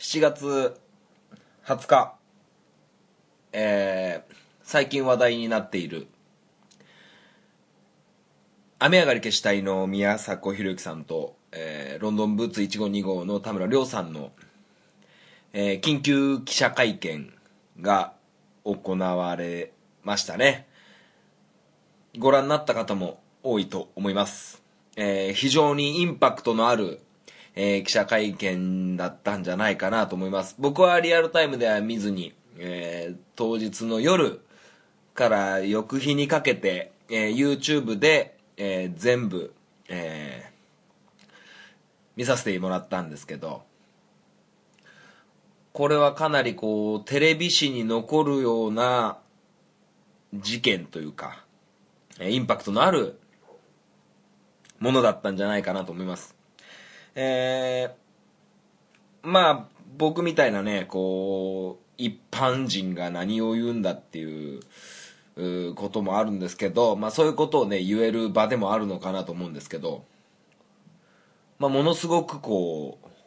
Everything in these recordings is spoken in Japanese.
7月20日、最近話題になっている雨上がり決死隊の宮迫博之さんと、ロンドンブーツ1号2号の田村亮さんの、緊急記者会見が行われましたね。ご覧になった方も多いと思います。非常にインパクトのある、記者会見だったんじゃないかなと思います。僕はリアルタイムでは見ずに、当日の夜から翌日にかけて、YouTube で、全部、見させてもらったんですけど、これはかなりこうテレビ史に残るような事件というか、インパクトのあるものだったんじゃないかなと思います。まあ僕みたいなね、こう一般人が何を言うんだっていうこともあるんですけど、まあそういうことをね言える場でもあるのかなと思うんですけど、まあものすごくこう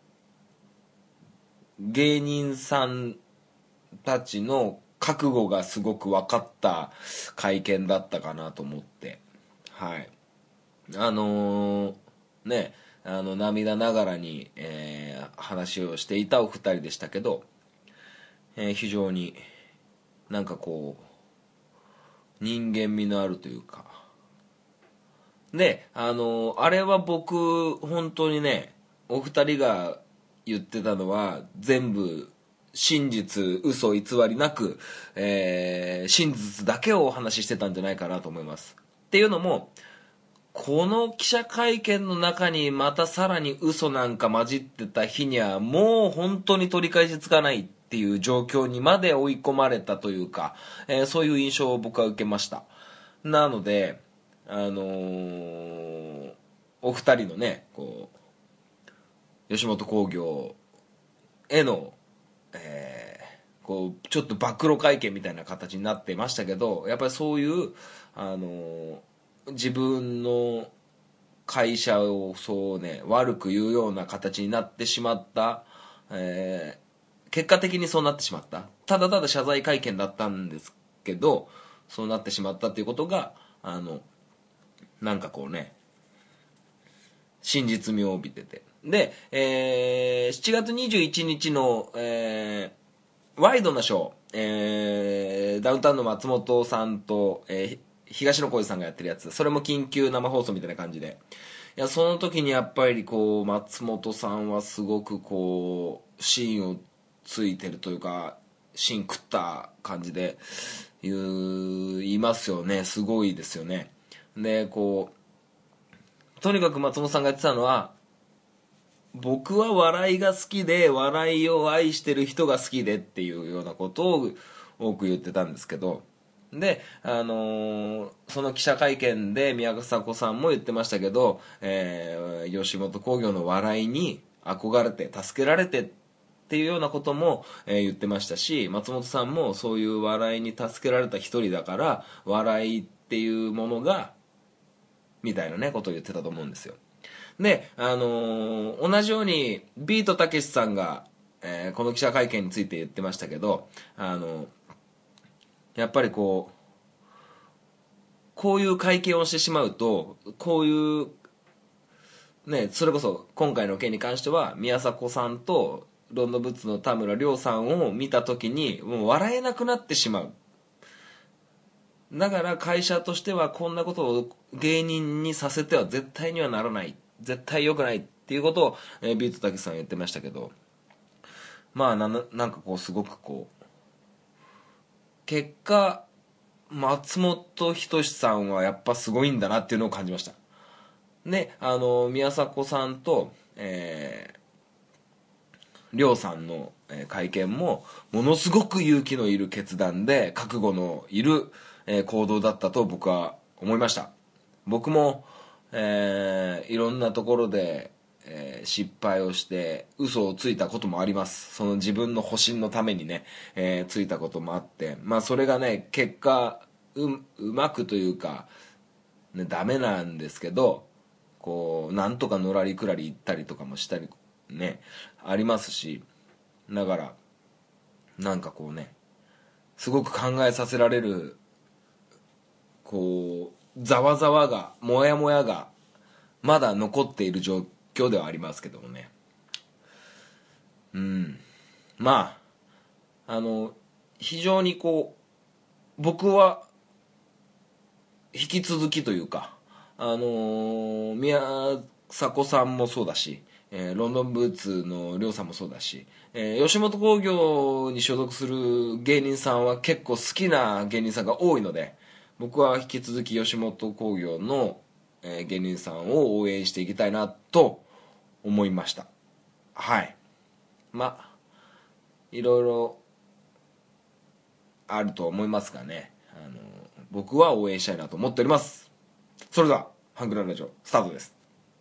芸人さんたちの覚悟がすごく分かった会見だったかなと思って、はい、ね、涙ながらに、話をしていたお二人でしたけど、非常になんかこう人間味のあるというかで、あれは僕本当にね、お二人が言ってたのは全部真実嘘偽りなく、真実だけをお話ししてたんじゃないかなと思います。っていうのも、この記者会見の中にまたさらに嘘なんか混じってた日にはもう本当に取り返しつかないっていう状況にまで追い込まれたというか、そういう印象を僕は受けました。なのでお二人のねこう吉本興業への、こうちょっと暴露会見みたいな形になってましたけど、やっぱりそういう自分の会社をそうね悪く言うような形になってしまった、結果的にそうなってしまった、ただただ謝罪会見だったんですけどそうなってしまったっていうことがなんかこうね真実味を帯びてて、で、7月21日の、ワイドなショー、ダウンタウンの松本さんと、東野幸治さんがやってるやつ、それも緊急生放送みたいな感じで、いやその時にやっぱりこう松本さんはすごくこう芯をついてるというか芯食った感じで言いますよね。すごいですよね。でこうとにかく松本さんが言ってたのは、僕は笑いが好きで笑いを愛してる人が好きでっていうようなことを多く言ってたんですけど、で、その記者会見で宮迫さんも言ってましたけど、吉本興業の笑いに憧れて助けられてっていうようなことも、言ってましたし、松本さんもそういう笑いに助けられた一人だから笑いっていうものがみたいなねことを言ってたと思うんですよ。で、同じようにビートたけしさんが、この記者会見について言ってましたけど、やっぱりこういう会見をしてしまうと、こういうね、それこそ今回の件に関しては宮迫さんとロンドンブーツの田村亮さんを見た時にもう笑えなくなってしまう。だから会社としてはこんなことを芸人にさせては絶対にはならない、絶対良くないっていうことを、ビートたけしさん言ってましたけど、まあなんかこうすごくこう結果松本人志さんはやっぱすごいんだなっていうのを感じました。で宮迫さんと亮さんの会見もものすごく勇気のいる決断で覚悟のいる行動だったと僕は思いました。僕も、いろんなところで、失敗をして嘘をついたこともあります。その自分の保身のためにね、ついたこともあって、まあそれがね結果うまくというか、ね、ダメなんですけど、こうなんとかのらりくらり行ったりとかもしたりねありますし、 だからなんかこうね、すごく考えさせられる、こうざわざわが、もやもやがまだ残っている状況ではありますけどもね。まあ非常にこう、僕は引き続きというか、宮迫さんもそうだし、ロンドンブーツのりょうさんもそうだし、吉本興業に所属する芸人さんは結構好きな芸人さんが多いので、僕は引き続き吉本興業の、芸人さんを応援していきたいなと思いました。はい。まあいろいろあると思いますがね、僕は応援したいなと思っております。それではハングララジオスタートです。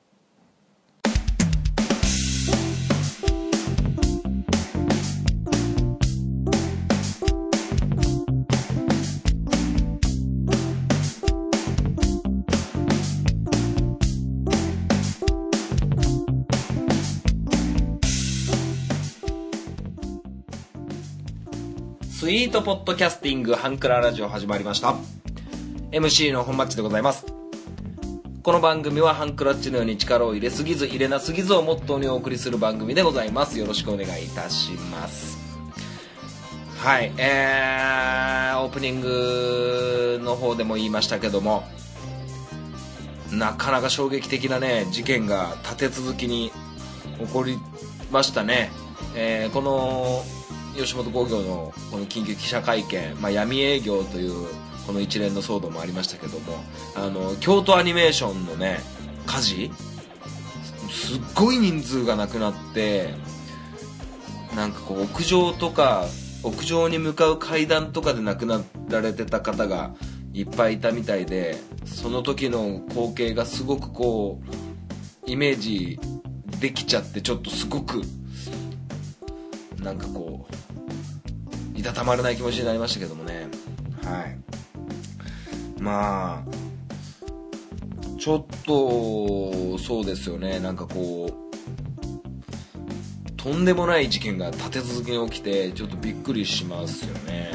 スイートポッドキャスティングハンクララジオ始まりました。 MC の本マッチでございます。この番組はハンクラッチのように力を入れすぎず入れなすぎずをモットーにお送りする番組でございます。よろしくお願いいたします。はい、オープニングの方でも言いましたけども、なかなか衝撃的なね事件が立て続きに起こりましたね。この吉本興業のこの緊急記者会見、闇営業というこの一連の騒動もありましたけども、京都アニメーションのね火事、すっごい人数が亡くなって、なんかこう屋上に向かう階段とかで亡くなられてた方がいっぱいいたみたいで、その時の光景がすごくこうイメージできちゃって、ちょっとすごくなんかこういたたまれない気持ちになりましたけどもね。はい。まあちょっとそうですよね、なんかこうとんでもない事件が立て続けに起きてちょっとびっくりしますよね。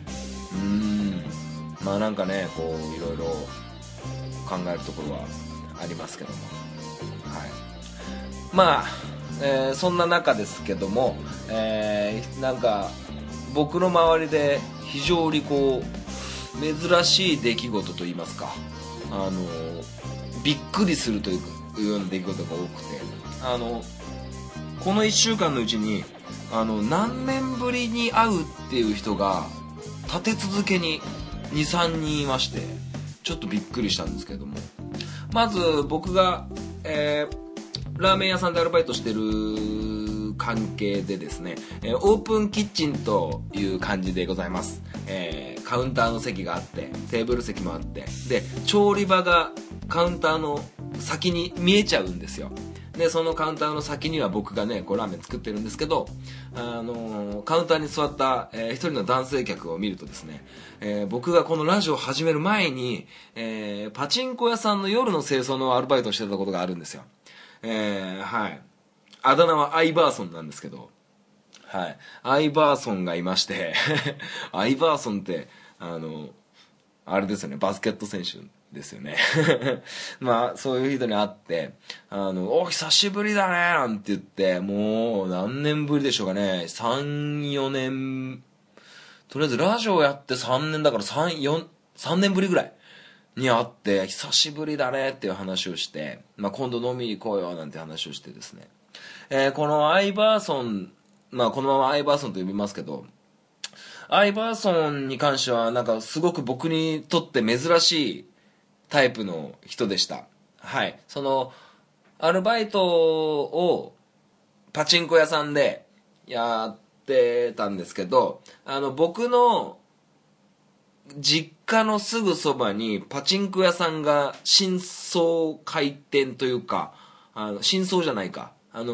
まあなんかね、こういろいろ考えるところはありますけども、はい。まあ、そんな中ですけども、なんか僕の周りで非常にこう珍しい出来事といいますか、びっくりするというような出来事が多くて、この1週間のうちに何年ぶりに会うっていう人が立て続けに 2,3 人いまして、ちょっとびっくりしたんですけども、まず僕が、ラーメン屋さんでアルバイトしてる関係でですね、オープンキッチンという感じでございます。カウンターの席があってテーブル席もあって、で調理場がカウンターの先に見えちゃうんですよ。でそのカウンターの先には僕がねこうラーメン作ってるんですけど、カウンターに座った、一人の男性客を見るとですね、僕がこのラジオを始める前に、パチンコ屋さんの夜の清掃のアルバイトをしてたことがあるんですよ。はい。あだ名はアイバーソンなんですけど、はい、アイバーソンがいましてアイバーソンってあれですよね、バスケット選手ですよねまあそういう人に会ってお久しぶりだねなんて言って、もう何年ぶりでしょうかね、 3,4 年、とりあえずラジオやって3年だから3年ぶりぐらいに会って、久しぶりだねっていう話をして、今度飲みに行こうよなんて話をしてですね、このアイバーソン、このままアイバーソンと呼びますけど、アイバーソンに関してはなんかすごく僕にとって珍しいタイプの人でした。はい。そのアルバイトをパチンコ屋さんでやってたんですけど、僕の実家のすぐそばにパチンコ屋さんが新装開店というか、新装じゃないか、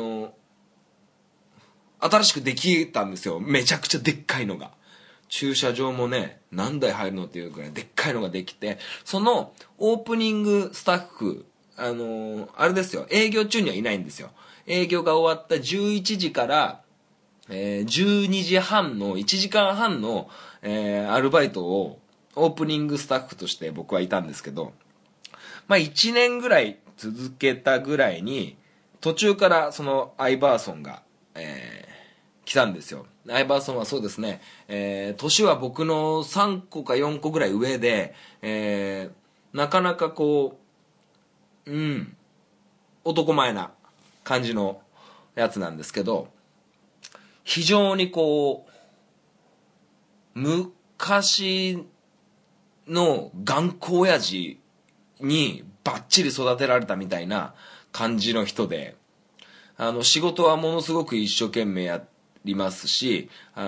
新しくできたんですよ。めちゃくちゃでっかいのが、駐車場もね何台入るのっていうくらいでっかいのができて、そのオープニングスタッフ、あれですよ、営業中にはいないんですよ。営業が終わった11時から 12時半の1時間半の、アルバイトをオープニングスタッフとして僕はいたんですけど、まあ1年ぐらい続けたぐらいに途中からそのアイバーソンが、来たんですよ。アイバーソンはそうですね、年は僕の3個か4個ぐらい上で、なかなかこう男前な感じのやつなんですけど、非常にこう昔の頑固親父にバッチリ育てられたみたいな感じの人で、仕事はものすごく一生懸命やりますし、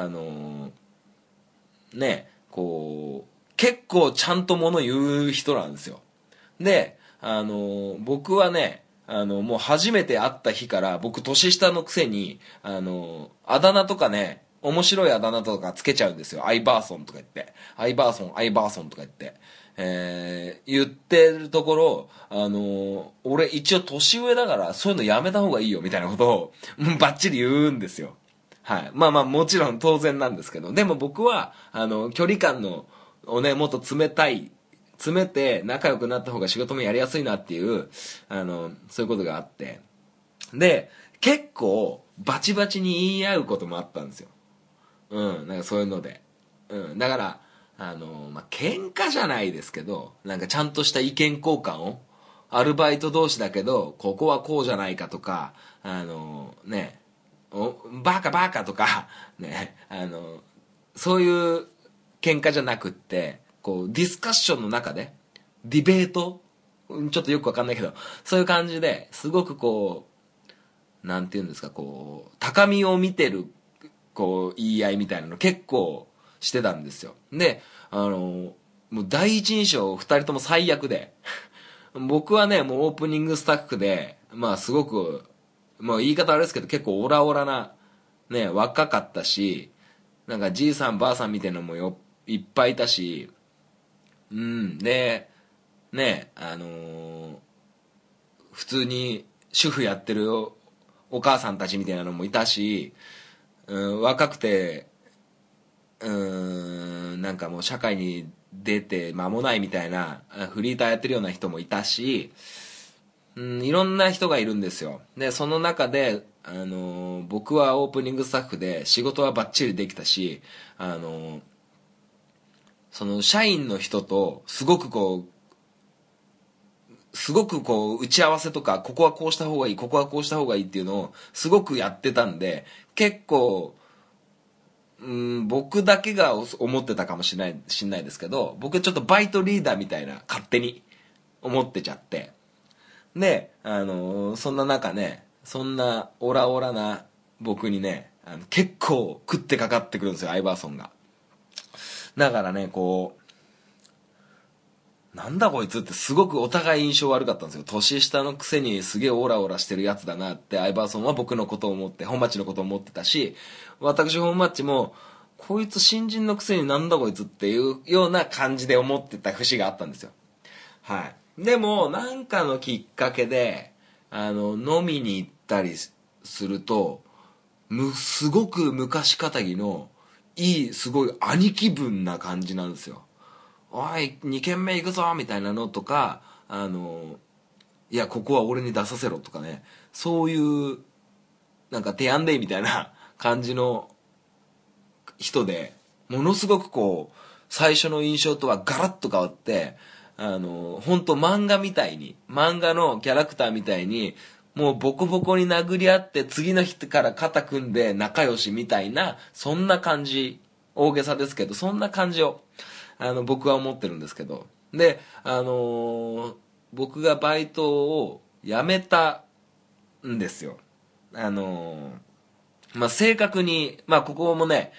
こう結構ちゃんと物言う人なんですよ。で、僕はね、もう初めて会った日から僕年下のくせにあだ名とかね、面白いあだ名とかつけちゃうんですよ。アイバーソンとか言って、アイバーソンアイバーソンとか言って、言ってるところ、俺一応年上だからそういうのやめた方がいいよみたいなことをバッチリ言うんですよ。はい。まあまあもちろん当然なんですけど、でも僕は距離感のをね、もっと詰めて仲良くなった方が仕事もやりやすいなっていうそういうことがあって、で結構バチバチに言い合うこともあったんですよ。なんかそういうので、だから喧嘩じゃないですけど、なんかちゃんとした意見交換を、アルバイト同士だけどここはこうじゃないかとか、バカバカとかね、そういう喧嘩じゃなくって、こうディスカッションの中でディベート、ちょっとよくわかんないけど、そういう感じですごくこうなんていうんですか、こう高みを見てるこう言い合いみたいなの結構してたんですよ。でもう第一印象二人とも最悪で僕はね、もうオープニングスタッフで、まあすごく、まあ言い方あれですけど結構オラオラなね、若かったし、なんかじいさんばあさんみたいなのもいっぱいいたし、でね、普通に主婦やってるお母さんたちみたいなのもいたし、若くてなんかもう社会に出て間もないみたいなフリーターやってるような人もいたし、いろんな人がいるんですよ。でその中で、僕はオープニングスタッフで仕事はバッチリできたし、その社員の人とすごくこう打ち合わせとか、ここはこうした方がいい、ここはこうした方がいいっていうのをすごくやってたんで、結構僕だけが思ってたかもしれないですけど、僕ちょっとバイトリーダーみたいな勝手に思ってちゃって、でそんな中ね、そんなオラオラな僕にね、結構食ってかかってくるんですよ、アイバーソンが。だからね、こうなんだこいつってすごくお互い印象悪かったんですよ。年下のくせにすげえオラオラしてるやつだなって、アイバーソンは僕のことを思って、本町のことを思ってたし、私本町もこいつ新人のくせになんだこいつっていうような感じで思ってた節があったんですよ。はい。でもなんかのきっかけで飲みに行ったりすると、すごく昔かたぎのいい、すごい兄貴分な感じなんですよ。おい2軒目行くぞみたいなのとか、いやここは俺に出させろとかね、そういうなんか提案でみたいな感じの人で、ものすごくこう最初の印象とはガラッと変わって、本当漫画みたいに、漫画のキャラクターみたいに、もうボコボコに殴り合って次の日から肩組んで仲良しみたいな、そんな感じ、大げさですけどそんな感じを僕は思ってるんですけど、で僕がバイトを辞めたんですよ。正確に、ここもね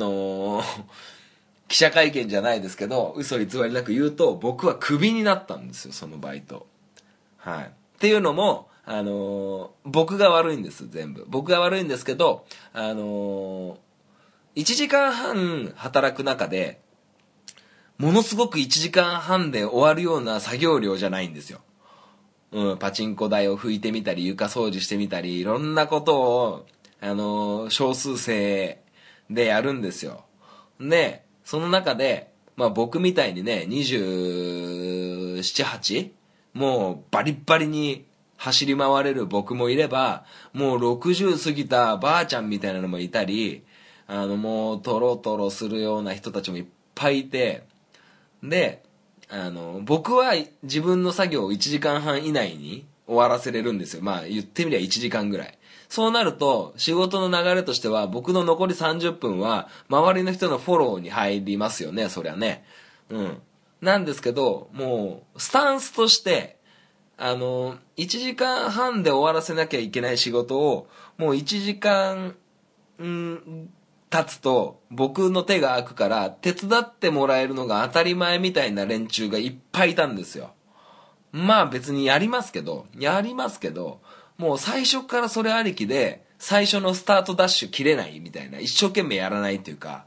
記者会見じゃないですけど、嘘偽りなく言うと僕はクビになったんですよ、そのバイト。はい。っていうのも僕が悪いんです。全部僕が悪いんですけど、1時間半働く中でものすごく1時間半で終わるような作業量じゃないんですよ。パチンコ台を拭いてみたり床掃除してみたりいろんなことを少数制でやるんですよ。で、その中で、僕みたいにね、27、8? もうバリッバリに走り回れる僕もいれば、もう60過ぎたばあちゃんみたいなのもいたり、もうトロトロするような人たちもいっぱいいて、で、僕は自分の作業を1時間半以内に終わらせれるんですよ。言ってみりゃ1時間ぐらい。そうなると、仕事の流れとしては、僕の残り30分は、周りの人のフォローに入りますよね、そりゃね。うん。なんですけど、もう、スタンスとして、1時間半で終わらせなきゃいけない仕事を、もう1時間、経つと僕の手が空くから手伝ってもらえるのが当たり前みたいな連中がいっぱいいたんですよ。別にやりますけど、もう最初からそれありきで最初のスタートダッシュ切れないみたいな、一生懸命やらないっていうか、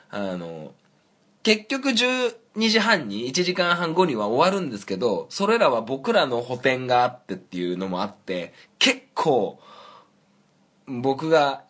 結局12時半に1時間半後には終わるんですけど、それらは僕らの補填があってっていうのもあって、結構僕が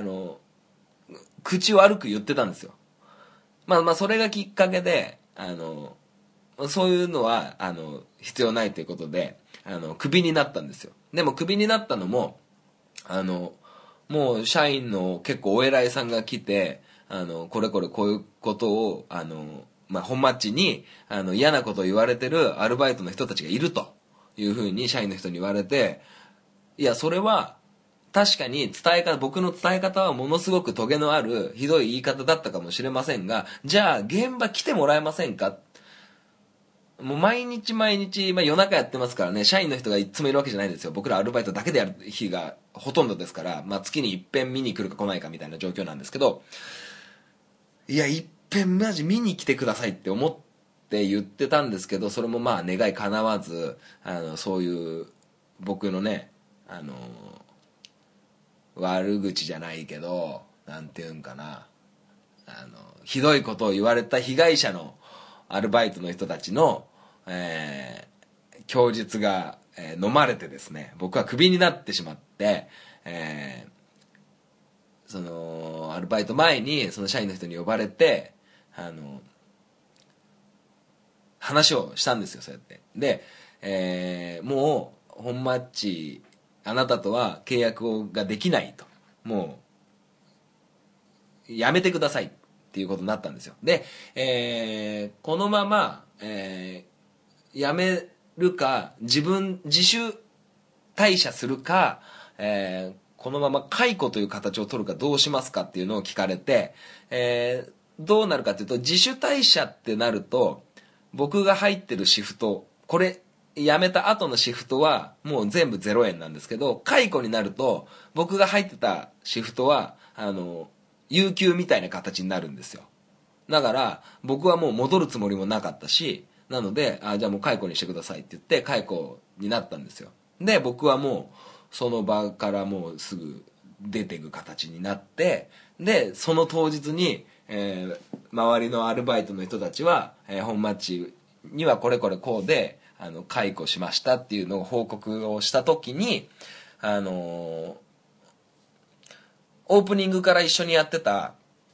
口悪く言ってたんですよ。それがきっかけでそういうのは必要ないということでクビになったんですよ。でもクビになったのももう社員の結構お偉いさんが来てこれこれこういうことを本マッチに嫌なことを言われてるアルバイトの人たちがいるというふうに社員の人に言われて、いやそれは確かに僕の伝え方はものすごくトゲのあるひどい言い方だったかもしれませんが、じゃあ現場来てもらえませんか。もう毎日、夜中やってますからね、社員の人がいつもいるわけじゃないんですよ。僕らアルバイトだけでやる日がほとんどですから、月に一遍見に来るか来ないかみたいな状況なんですけど、いや一遍マジ見に来てくださいって思って言ってたんですけど、それも願い叶わず、そういう僕のね悪口じゃないけど、なんていうんかな、ひどいことを言われた被害者のアルバイトの人たちの、供述が、飲まれてですね、僕はクビになってしまって、そのアルバイト前にその社員の人に呼ばれて話をしたんですよ、そうやって。で、もう本マッチあなたとは契約ができないと、もうやめてくださいっていうことになったんですよ。で、このまま、やめるか自主退社するか、このまま解雇という形を取るかどうしますかっていうのを聞かれて、どうなるかというと、自主退社ってなると僕が入ってるシフト、これ辞めた後のシフトはもう全部0円なんですけど、解雇になると僕が入ってたシフトは有給みたいな形になるんですよ。だから僕はもう戻るつもりもなかったし、なのでじゃあもう解雇にしてくださいって言って解雇になったんですよ。で僕はもうその場からもうすぐ出ていく形になって、でその当日に、周りのアルバイトの人たちは、本マッチにはこれこれこうで解雇しましたっていうのを報告をした時にオープニングから一緒にやってた、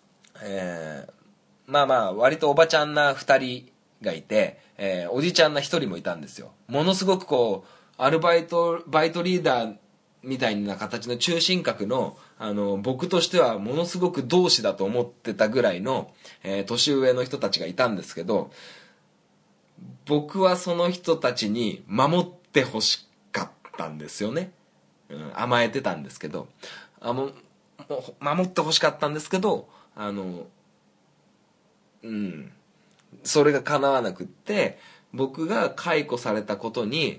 割とおばちゃんな2人がいて、おじちゃんな1人もいたんですよ。ものすごくこうバイトリーダーみたいな形の中心格の、僕としてはものすごく同志だと思ってたぐらいの、年上の人たちがいたんですけど、僕はその人たちに守ってほしかったんですよね。甘えてたんですけど、守ってほしかったんですけど、それが叶わなくって、僕が解雇されたことに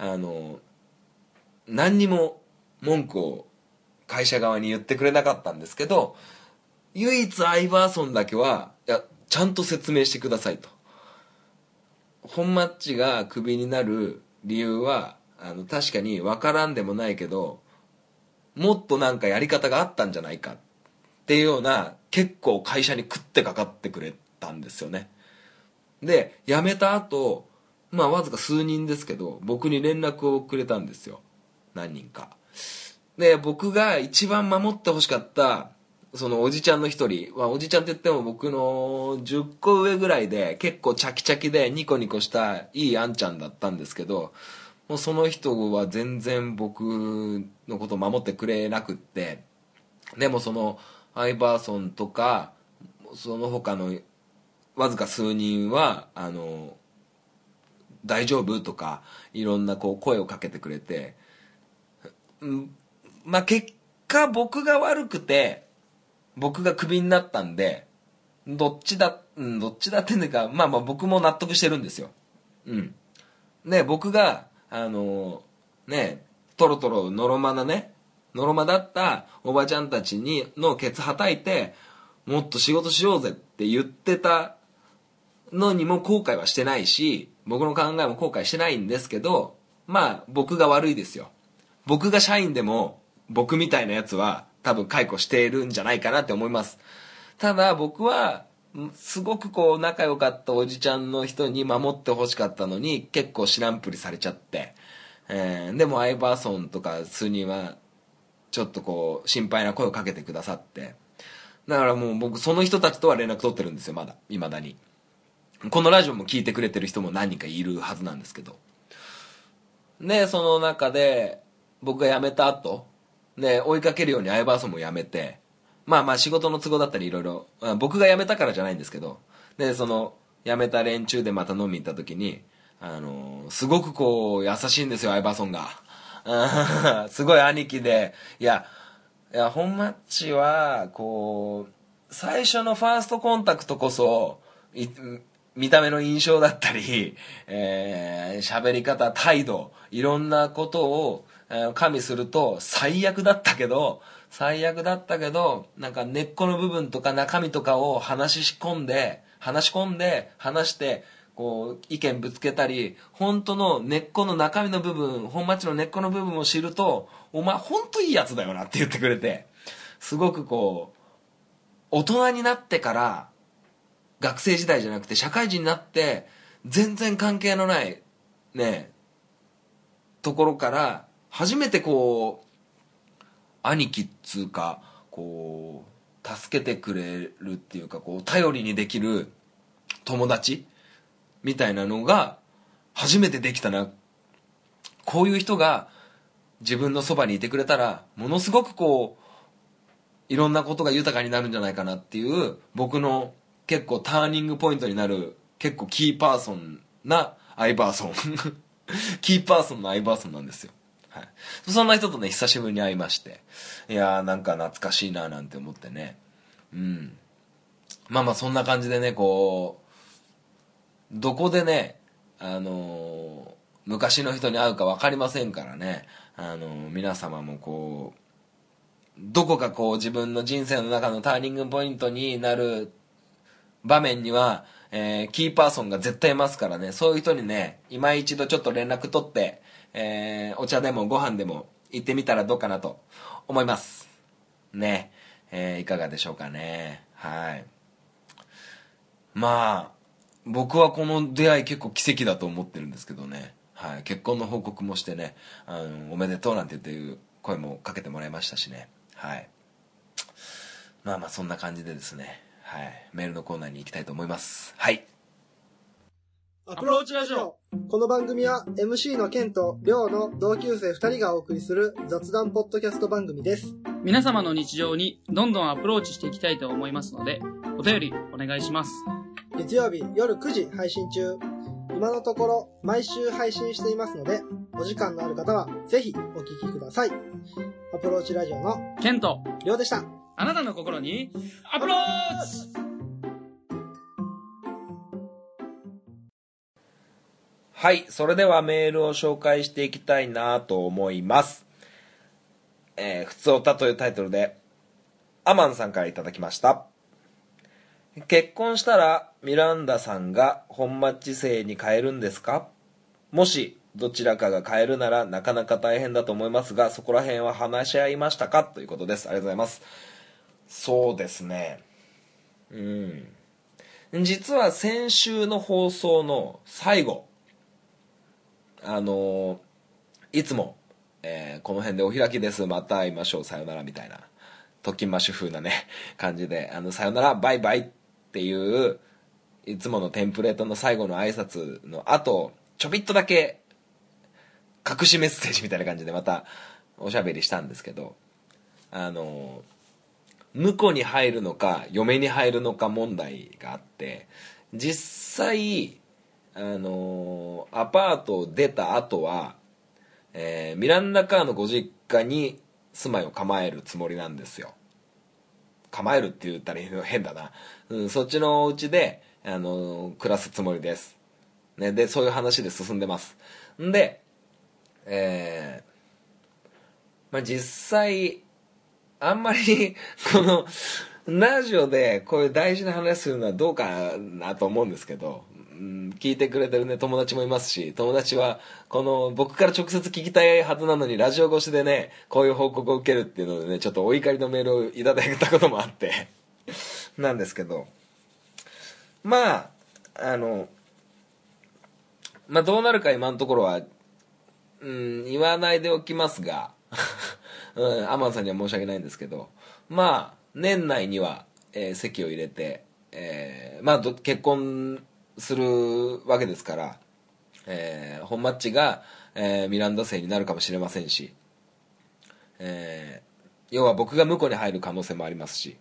何にも文句を会社側に言ってくれなかったんですけど、唯一アイバーソンだけはいやちゃんと説明してくださいと。本マッチがクビになる理由は確かに分からんでもないけど、もっとなんかやり方があったんじゃないかっていうような、結構会社に食ってかかってくれたんですよね。で辞めた後わずか数人ですけど僕に連絡をくれたんですよ、何人か。 で、僕が一番守ってほしかったそのおじちゃんの一人、おじちゃんって言っても僕の10個上ぐらいで結構チャキチャキでニコニコしたいいあんちゃんだったんですけど、もうその人は全然僕のことを守ってくれなくって、でもそのアイバーソンとかその他のわずか数人は大丈夫とかいろんなこう声をかけてくれて、まあ結果僕が悪くて僕がクビになったんで、どっちだっていうか、まあまあ僕も納得してるんですよ。うん。で、僕が、トロトロノロマだったおばちゃんたちのケツはたいて、もっと仕事しようぜって言ってたのにも後悔はしてないし、僕の考えも後悔してないんですけど、まあ僕が悪いですよ。僕が社員でも僕みたいなやつは多分解雇しているんじゃないかなって思います。ただ僕はすごくこう仲良かったおじちゃんの人に守ってほしかったのに結構知らんぷりされちゃって、でもアイバーソンとか数人はちょっとこう心配な声をかけてくださって、だからもう僕その人たちとは連絡取ってるんですよ。未だにこのラジオも聞いてくれてる人も何人かいるはずなんですけど、でその中で僕が辞めた後で追いかけるようにアイバーソンも辞めて、まあまあ仕事の都合だったりいろいろ僕が辞めたからじゃないんですけど、でその辞めた連中でまた飲みに行った時にすごくこう優しいんですよアイバーソンが。すごい兄貴で、いや本マッチはこう最初のファーストコンタクトこそ見た目の印象だったり喋り方態度いろんなことを加味すると最悪だったけどなんか根っこの部分とか中身とかを話してこう意見ぶつけたり本当の根っこの中身の部分本町の根っこの部分を知るとお前本当いいやつだよなって言ってくれて、すごくこう大人になってから学生時代じゃなくて社会人になって全然関係のないねところから初めてこう兄貴っつうかこう助けてくれるっていうかこう頼りにできる友達みたいなのが初めてできたな。こういう人が自分のそばにいてくれたらものすごくこういろんなことが豊かになるんじゃないかなっていう僕の結構ターニングポイントになる結構キーパーソンなアイバーソンキーパーソンのアイバーソンなんですよ。はい、そんな人とね久しぶりに会いまして、いやーなんか懐かしいななんて思ってね、まあまあそんな感じでねこうどこでね昔の人に会うか分かりませんからね、皆様もこうどこかこう自分の人生の中のターニングポイントになる場面には、キーパーソンが絶対いますからね、そういう人にね今一度ちょっと連絡取って、お茶でもご飯でも行ってみたらどうかなと思いますね。いかがでしょうかね。はい。まあ僕はこの出会い結構奇跡だと思ってるんですけどね、はい、結婚の報告もしてねおめでとうなんて言っていう声もかけてもらいましたしね。はい。まあまあそんな感じでですね、はい、メールのコーナーに行きたいと思います。はい。 アプローチラジオ。この番組は MC のケンとリョウの同級生2人がお送りする雑談ポッドキャスト番組です。 皆様の日常にどんどんアプローチしていきたいと思いますので、お便りお願いします。 月曜日夜9時配信中。今のところ毎週配信していますので、お時間のある方はぜひお聞きください。アプローチラジオのケンとリョウでした。 あなたの心にアプローチ。 はい、それではメールを紹介していきたいなと思います。ふつおたというタイトルでアマンさんからいただきました。結婚したらミランダさんが本マッチ姓に変えるんですか？もしどちらかが変えるならなかなか大変だと思いますが、そこら辺は話し合いましたか？ということです。ありがとうございます。そうですね、実は先週の放送の最後いつも、 この辺でお開きです、また会いましょう、さよならみたいな特勤マッシュ風なね感じで、さよならバイバイっていういつものテンプレートの最後の挨拶の後、ちょびっとだけ隠しメッセージみたいな感じでまたおしゃべりしたんですけど、婿に入るのか嫁に入るのか問題があって、実際アパートを出た後は、ミランダカーのご実家に住まいを構えるつもりなんですよ。構えるって言ったら変だな、そっちのお家で暮らすつもりです、ね、でそういう話で進んでます。んで、実際あんまりこのラジオでこういう大事な話するのはどうかなと思うんですけど、聞いてくれてるね友達もいますし、友達はこの僕から直接聞きたいはずなのにラジオ越しでねこういう報告を受けるっていうのでね、ちょっとお怒りのメールをいただいたこともあってなんですけど、どうなるか今のところは言わないでおきますがアマンさんには申し訳ないんですけど、年内には、籍を入れて、結婚するわけですから、本マッチが、ミランダ姓になるかもしれませんし、要は僕が婿に入る可能性もありますし、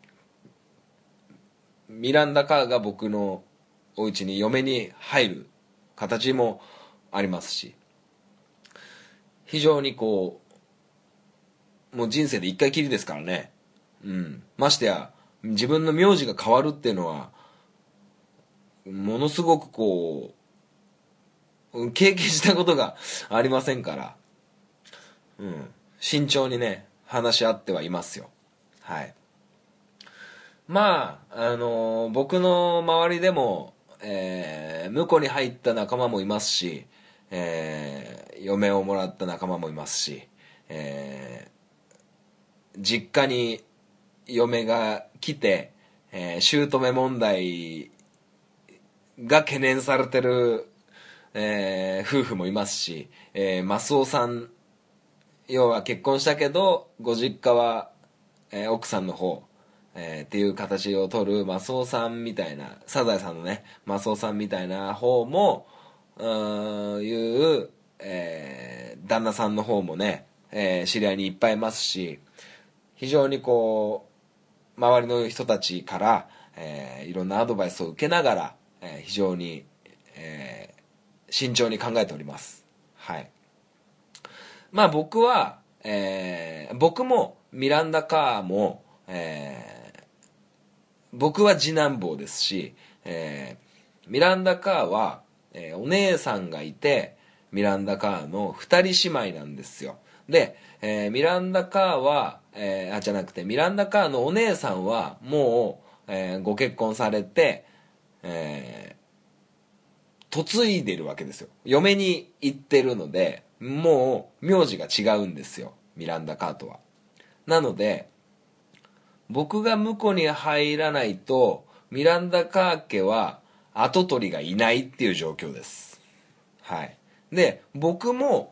ミランダカーが僕のお家に嫁に入る形もありますし、非常にもう人生で一回きりですからね。ましてや自分の名字が変わるっていうのはものすごく経験したことがありませんから、慎重にね話し合ってはいますよ。はい。僕の周りでも、婿に入った仲間もいますし、嫁をもらった仲間もいますし、実家に嫁が来て、姑問題が懸念されてる、夫婦もいますし、マスオさん、要は結婚したけどご実家は、奥さんの方、っていう形を取るマスオさんみたいな、サザエさんのねマスオさんみたいな方もいう、旦那さんの方もね、知り合いにいっぱいいますし、非常に周りの人たちから、いろんなアドバイスを受けながら、非常に、慎重に考えております。はい。僕は、僕もミランダカーも、僕は次男坊ですし、ミランダカーは、お姉さんがいてミランダカーの2人姉妹なんですよ。で、ミランダカーは、じゃなくてミランダカーのお姉さんはもう、ご結婚されて、嫁いでるわけですよ。嫁に行ってるのでもう名字が違うんですよ、ミランダカーとは。なので僕が婿に入らないとミランダカー家は跡取りがいないっていう状況です。はい。で僕も、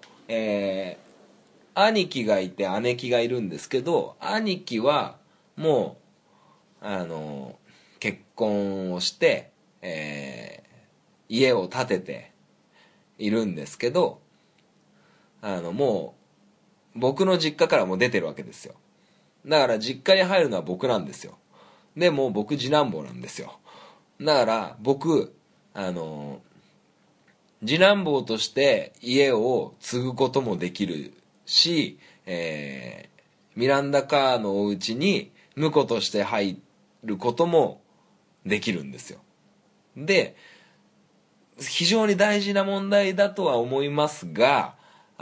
兄貴がいて姉貴がいるんですけど、兄貴はもう結婚をして、家を建てているんですけど、もう僕の実家からもう出てるわけですよ。だから実家に入るのは僕なんですよ。でも僕次男坊なんですよ。だから僕次男坊として家を継ぐこともできるし、ミランダカーのお家に婿として入ることもできるんですよ。で非常に大事な問題だとは思いますが、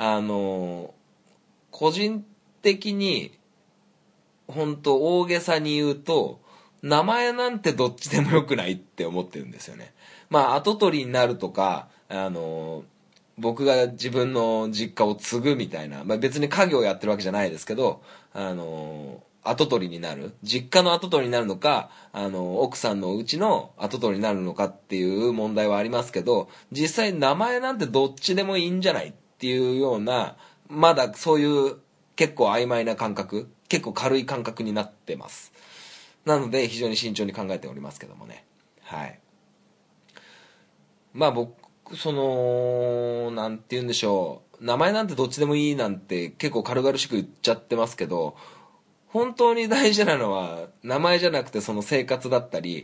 個人的に本当大げさに言うと名前なんてどっちでもよくないって思ってるんですよね。跡取りになるとか僕が自分の実家を継ぐみたいな、別に家業をやってるわけじゃないですけど跡取りになる、実家の跡取りになるのか奥さんのうちの跡取りになるのかっていう問題はありますけど、実際名前なんてどっちでもいいんじゃないっていうようなまだそういう結構曖昧な感覚、結構軽い感覚になってます。なので非常に慎重に考えておりますけどもね。はい。まあ僕、なんて言うんでしょう。名前なんてどっちでもいいなんて結構軽々しく言っちゃってますけど、本当に大事なのは名前じゃなくてその生活だったり、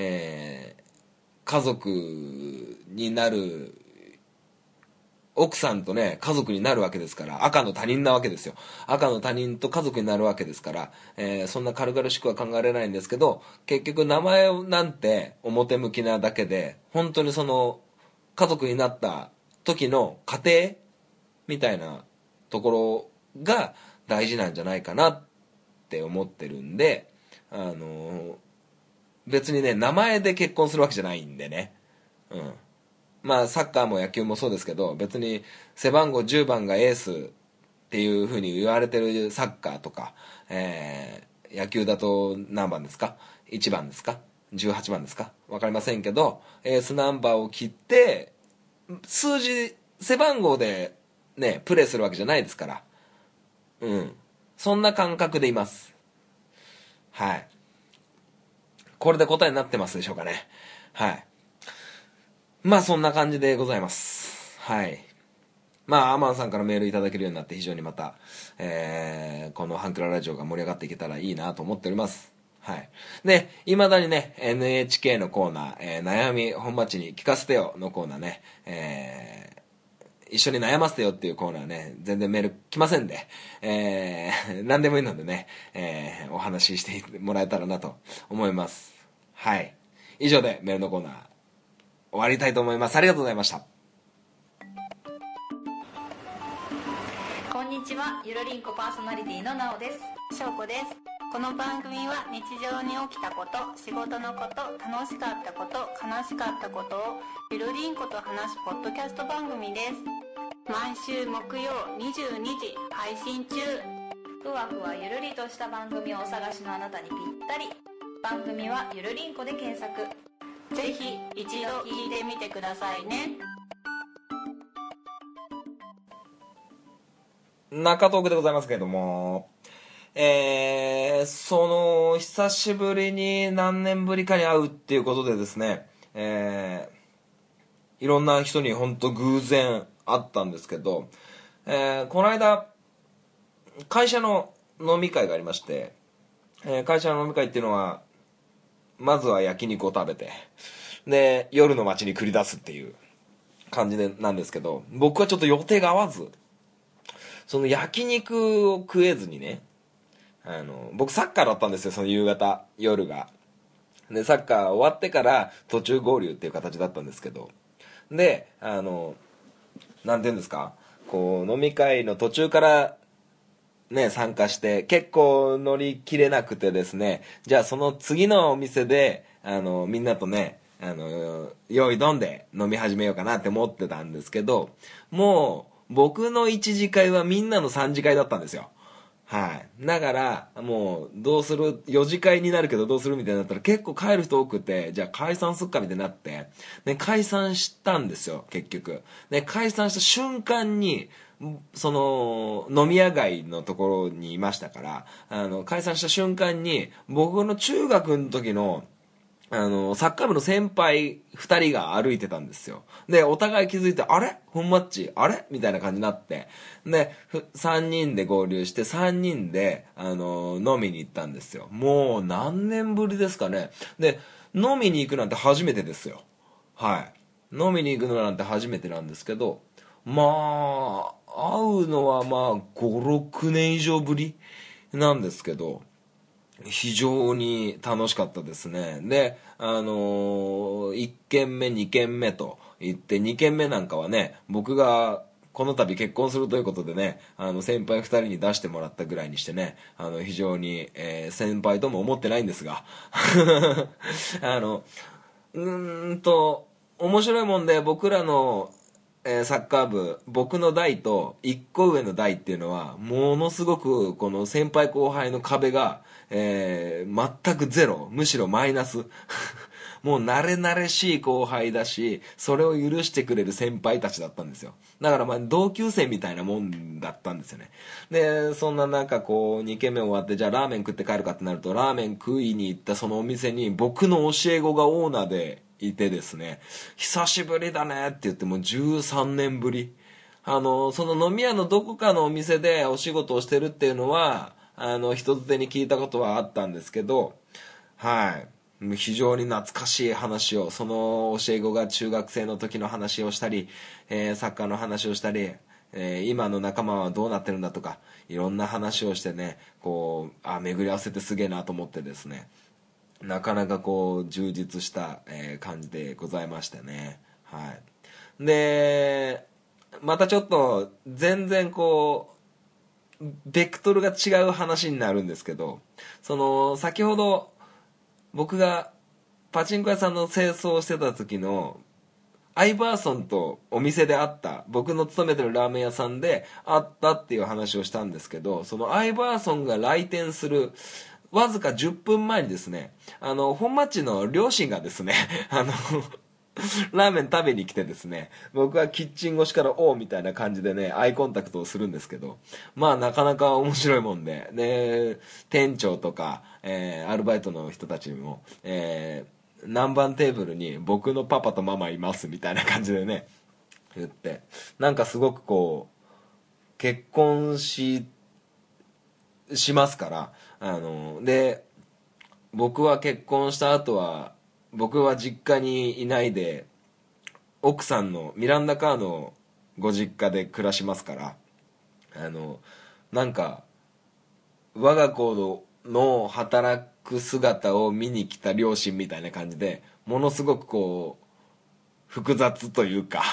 家族になる、奥さんとね家族になるわけですから、赤の他人なわけですよ。赤の他人と家族になるわけですから、そんな軽々しくは考えられないんですけど、結局名前なんて表向きなだけで、本当にその家族になった時の家庭みたいなところが大事なんじゃないかなって思ってるんで、別にね名前で結婚するわけじゃないんでね。まあサッカーも野球もそうですけど、別に背番号10番がエースっていう風に言われてるサッカーとか、野球だと何番ですか、1番ですか、18番ですか、分かりませんけど、エースナンバーを切って数字背番号でねプレーするわけじゃないですから、そんな感覚でいます。はい。これで答えになってますでしょうかね。はい。まあそんな感じでございます。はい。まあアマンさんからメールいただけるようになって非常にまた、このハンクララジオが盛り上がっていけたらいいなと思っております。はい。で、未だにね NHK のコーナー、悩み本町に聞かせてよのコーナーね、一緒に悩ませてよっていうコーナーね、全然メール来ませんで、何でもいいのでね、お話ししてもらえたらなと思います。はい。以上でメールのコーナー終わりたいと思います。ありがとうございました。 こんにちは、ゆるりんこパーソナリティのなおです。しょうこです。この番組は日常に起きたこと、仕事のこと、楽しかったこと、悲しかったことをゆるりんこと話すポッドキャスト番組です。毎週木曜22時配信中。ふわふわゆるりとした番組をお探しのあなたにぴったり。番組はゆるりんこで検索。ぜひ一度聞いてみてくださいね。 中トークでございますけれども、久しぶりに何年ぶりかに会うっていうことでですね、いろんな人に本当偶然会ったんですけど、この間会社の飲み会がありまして、会社の飲み会っていうのはまずは焼肉を食べて、で夜の街に繰り出すっていう感じでなんですけど、僕はちょっと予定が合わず、その焼肉を食えずにね、僕サッカーだったんですよ、その夕方夜が。でサッカー終わってから途中合流っていう形だったんですけど、でなんていうんですか、こう飲み会の途中からね参加して結構乗り切れなくてですね、じゃあその次のお店でみんなとね用意どんで飲み始めようかなって思ってたんですけど、もう僕の1次会はみんなの3次会だったんですよ。はい。だからもうどうする、4次会になるけどどうするみたいになったら結構帰る人多くて、じゃあ解散すっかみたいになって、で解散したんですよ結局。で解散した瞬間にその飲み屋街のところにいましたから、解散した瞬間に僕の中学の時のサッカー部の先輩2人が歩いてたんですよ。でお互い気づいて、あれ本マッチあれみたいな感じになって、で3人で合流して3人で飲みに行ったんですよ。もう何年ぶりですかね。で飲みに行くなんて初めてですよ。はい。飲みに行くのなんて初めてなんですけど、まあ会うのはまあ5、6年以上ぶりなんですけど、非常に楽しかったですね。で1軒目2軒目と言って、2軒目なんかはね、僕がこの度結婚するということでね、先輩2人に出してもらったぐらいにしてね、非常に、先輩とも思ってないんですが面白いもんで、僕らのサッカー部、僕の代と1個上の代っていうのはものすごくこの先輩後輩の壁が、全くゼロ、むしろマイナスもう慣れ慣れしい後輩だし、それを許してくれる先輩たちだったんですよ。だからまあ同級生みたいなもんだったんですよね。でそんな中こう2軒目終わって、じゃあラーメン食って帰るかってなると、ラーメン食いに行ったそのお店に僕の教え子がオーナーでいてですね、久しぶりだねって言って、もう13年ぶり、その飲み屋のどこかのお店でお仕事をしてるっていうのは人づてに聞いたことはあったんですけど、はい、非常に懐かしい話を、その教え子が中学生の時の話をしたり、サッカーの話をしたり、今の仲間はどうなってるんだとか、いろんな話をしてね、こう巡り合わせてすげえなと思ってですね、なかなかこう充実した、感じでございましたね。はい。でまたちょっと全然こうベクトルが違う話になるんですけど、その先ほど僕がパチンコ屋さんの清掃をしてた時のアイバーソンとお店で会った、僕の勤めてるラーメン屋さんで会ったっていう話をしたんですけど、そのアイバーソンが来店するわずか10分前にですね、本町の両親がですねラーメン食べに来てですね、僕はキッチン越しからおーみたいな感じでねアイコンタクトをするんですけど、まあなかなか面白いもんで、店長とか、アルバイトの人たちにも、何番テーブルに僕のパパとママいますみたいな感じでね言って、なんかすごくこう結婚しますから、で僕は結婚した後は僕は実家にいないで奥さんのミランダカーのご実家で暮らしますから、なんか我が子の働く姿を見に来た両親みたいな感じで、ものすごくこう複雑というか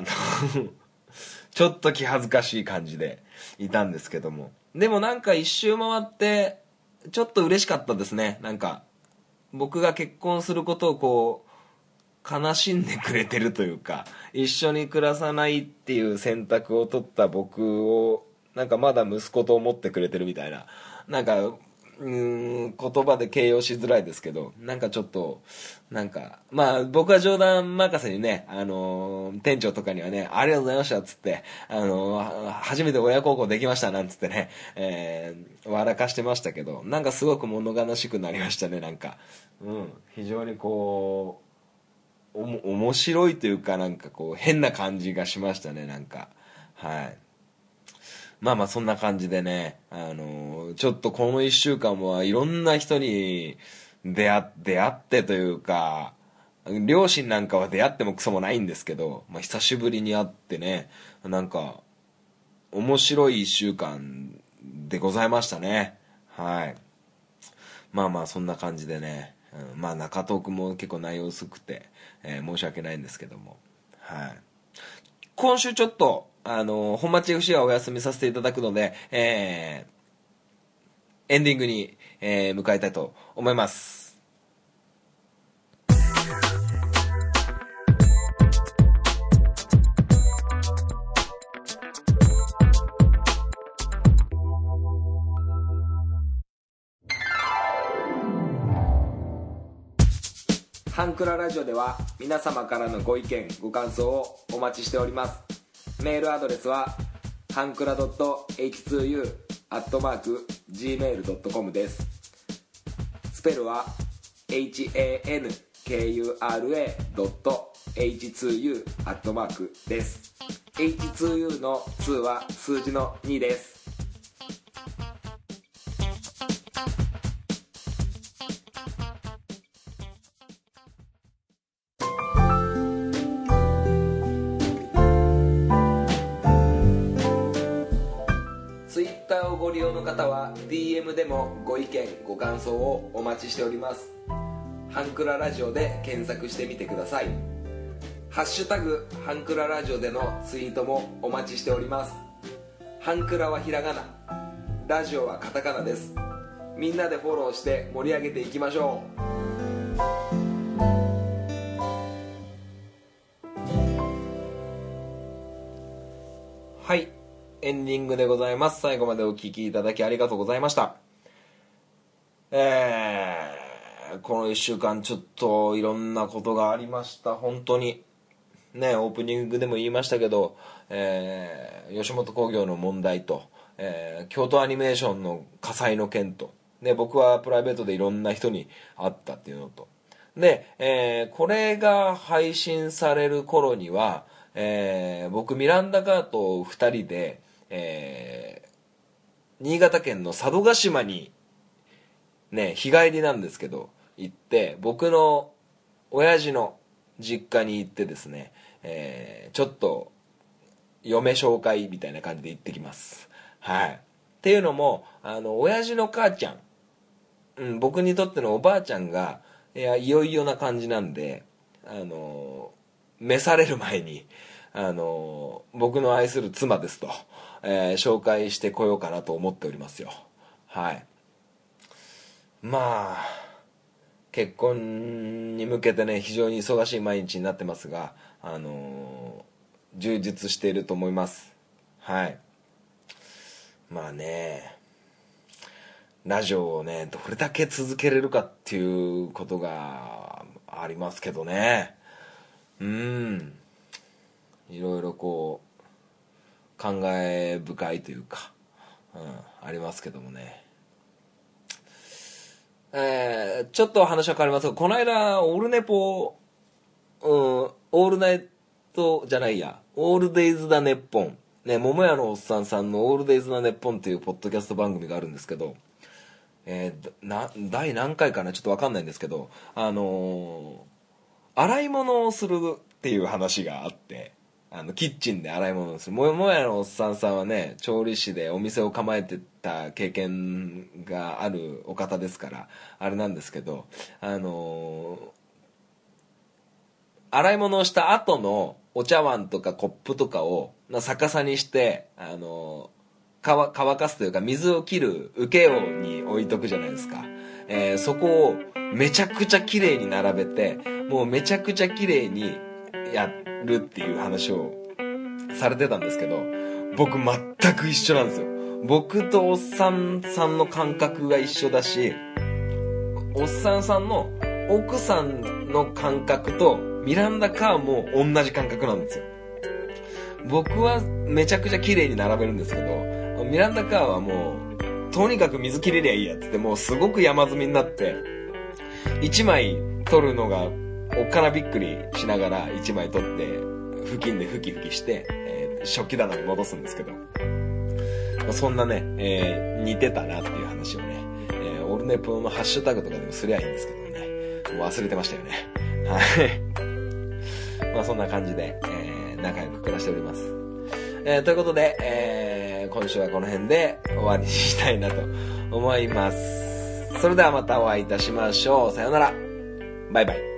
ちょっと気恥ずかしい感じでいたんですけども、でもなんか一周回ってちょっと嬉しかったですね。なんか僕が結婚することをこう悲しんでくれてるというか、一緒に暮らさないっていう選択を取った僕をなんかまだ息子と思ってくれてるみたいな、なんか言葉で形容しづらいですけど、なんかちょっとなんかまあ僕は冗談任せにね、店長とかにはねありがとうございましたっつって、初めて親孝行できましたなんつってね、笑かしてましたけど、なんかすごく物悲しくなりましたね。なんか非常にこう面白いというか、なんかこう変な感じがしましたね。なんかはい、まあまあそんな感じでね、ちょっとこの1週間はいろんな人に出会ってというか、両親なんかは出会ってもクソもないんですけど、まあ、久しぶりに会ってね、なんか面白い1週間でございましたね。はい、まあまあそんな感じでね、まあ中トークも結構内容薄くて、申し訳ないんですけども、はい、今週ちょっと本町 FC はお休みさせていただくので、エンディングに、向かいたいと思います。ハンクララジオでは皆様からのご意見ご感想をお待ちしております。メールアドレスはハンクラ .h2u@gmail.com です。スペルは hankura.h2u@ です。 H2U の2は数字の2です。Twitter をご利用の方は DM でもご意見ご感想をお待ちしております。ハンクララジオで検索してみてください。ハッシュタグハンクララジオでのツイートもお待ちしております。ハンクラはひらがな、ラジオはカタカナです。みんなでフォローして盛り上げていきましょう。はい、エンディングでございます。最後までお聞きいただきありがとうございました。 この1週間ちょっといろんなことがありました。本当にね、オープニングでも言いましたけど、吉本興業の問題と、京都アニメーションの火災の件と、で僕はプライベートでいろんな人に会ったっていうのとで、これが配信される頃には、僕ミランダカーと2人で、新潟県の佐渡島にね、日帰りなんですけど行って、僕の親父の実家に行ってですね、ちょっと嫁紹介みたいな感じで行ってきます。はい。っていうのも親父の母ちゃん、僕にとってのおばあちゃんがいよいよな感じなんで、召される前に僕の愛する妻ですと、紹介してこようかなと思っておりますよ。はい。まあ結婚に向けてね、非常に忙しい毎日になってますが、充実していると思います。はい。まあね、ラジオをねどれだけ続けれるかっていうことがありますけどね。いろいろこう感慨深いというか、ありますけどもね。ちょっと話は変わりますが、この間オールネポ、オールナイトじゃないや、オールデイズだネッポンね、桃屋のおっさんさんのオールデイズだネッポンっていうポッドキャスト番組があるんですけど、第何回かなちょっと分かんないんですけど、洗い物をするっていう話があって、キッチンで洗い物をする。桃屋のおっさんさんはね、調理師でお店を構えてた経験があるお方ですからあれなんですけど、洗い物をした後のお茶碗とかコップとかを逆さにして乾かすというか水を切る受け用に置いとくじゃないですか。そこをめちゃくちゃ綺麗に並べて、もうめちゃくちゃ綺麗にやるっていう話をされてたんですけど、僕全く一緒なんですよ。僕とおっさんさんの感覚が一緒だし、おっさんさんの奥さんの感覚とミランダカーも同じ感覚なんですよ。僕はめちゃくちゃ綺麗に並べるんですけど、ミランダカーはもうとにかく水切れりゃいいやっつって、もうすごく山積みになって1枚取るのがおっかなびっくりしながら1枚取って布巾でふきふきして、食器棚に戻すんですけど、そんなね、似てたなっていう話をね、オルネポのハッシュタグとかでもすりゃいいんですけどね、もう忘れてましたよね。はい。まあそんな感じで、仲良く暮らしております。ということで、今週はこの辺で終わりにしたいなと思います。それではまたお会いいたしましょう。さようなら。バイバイ。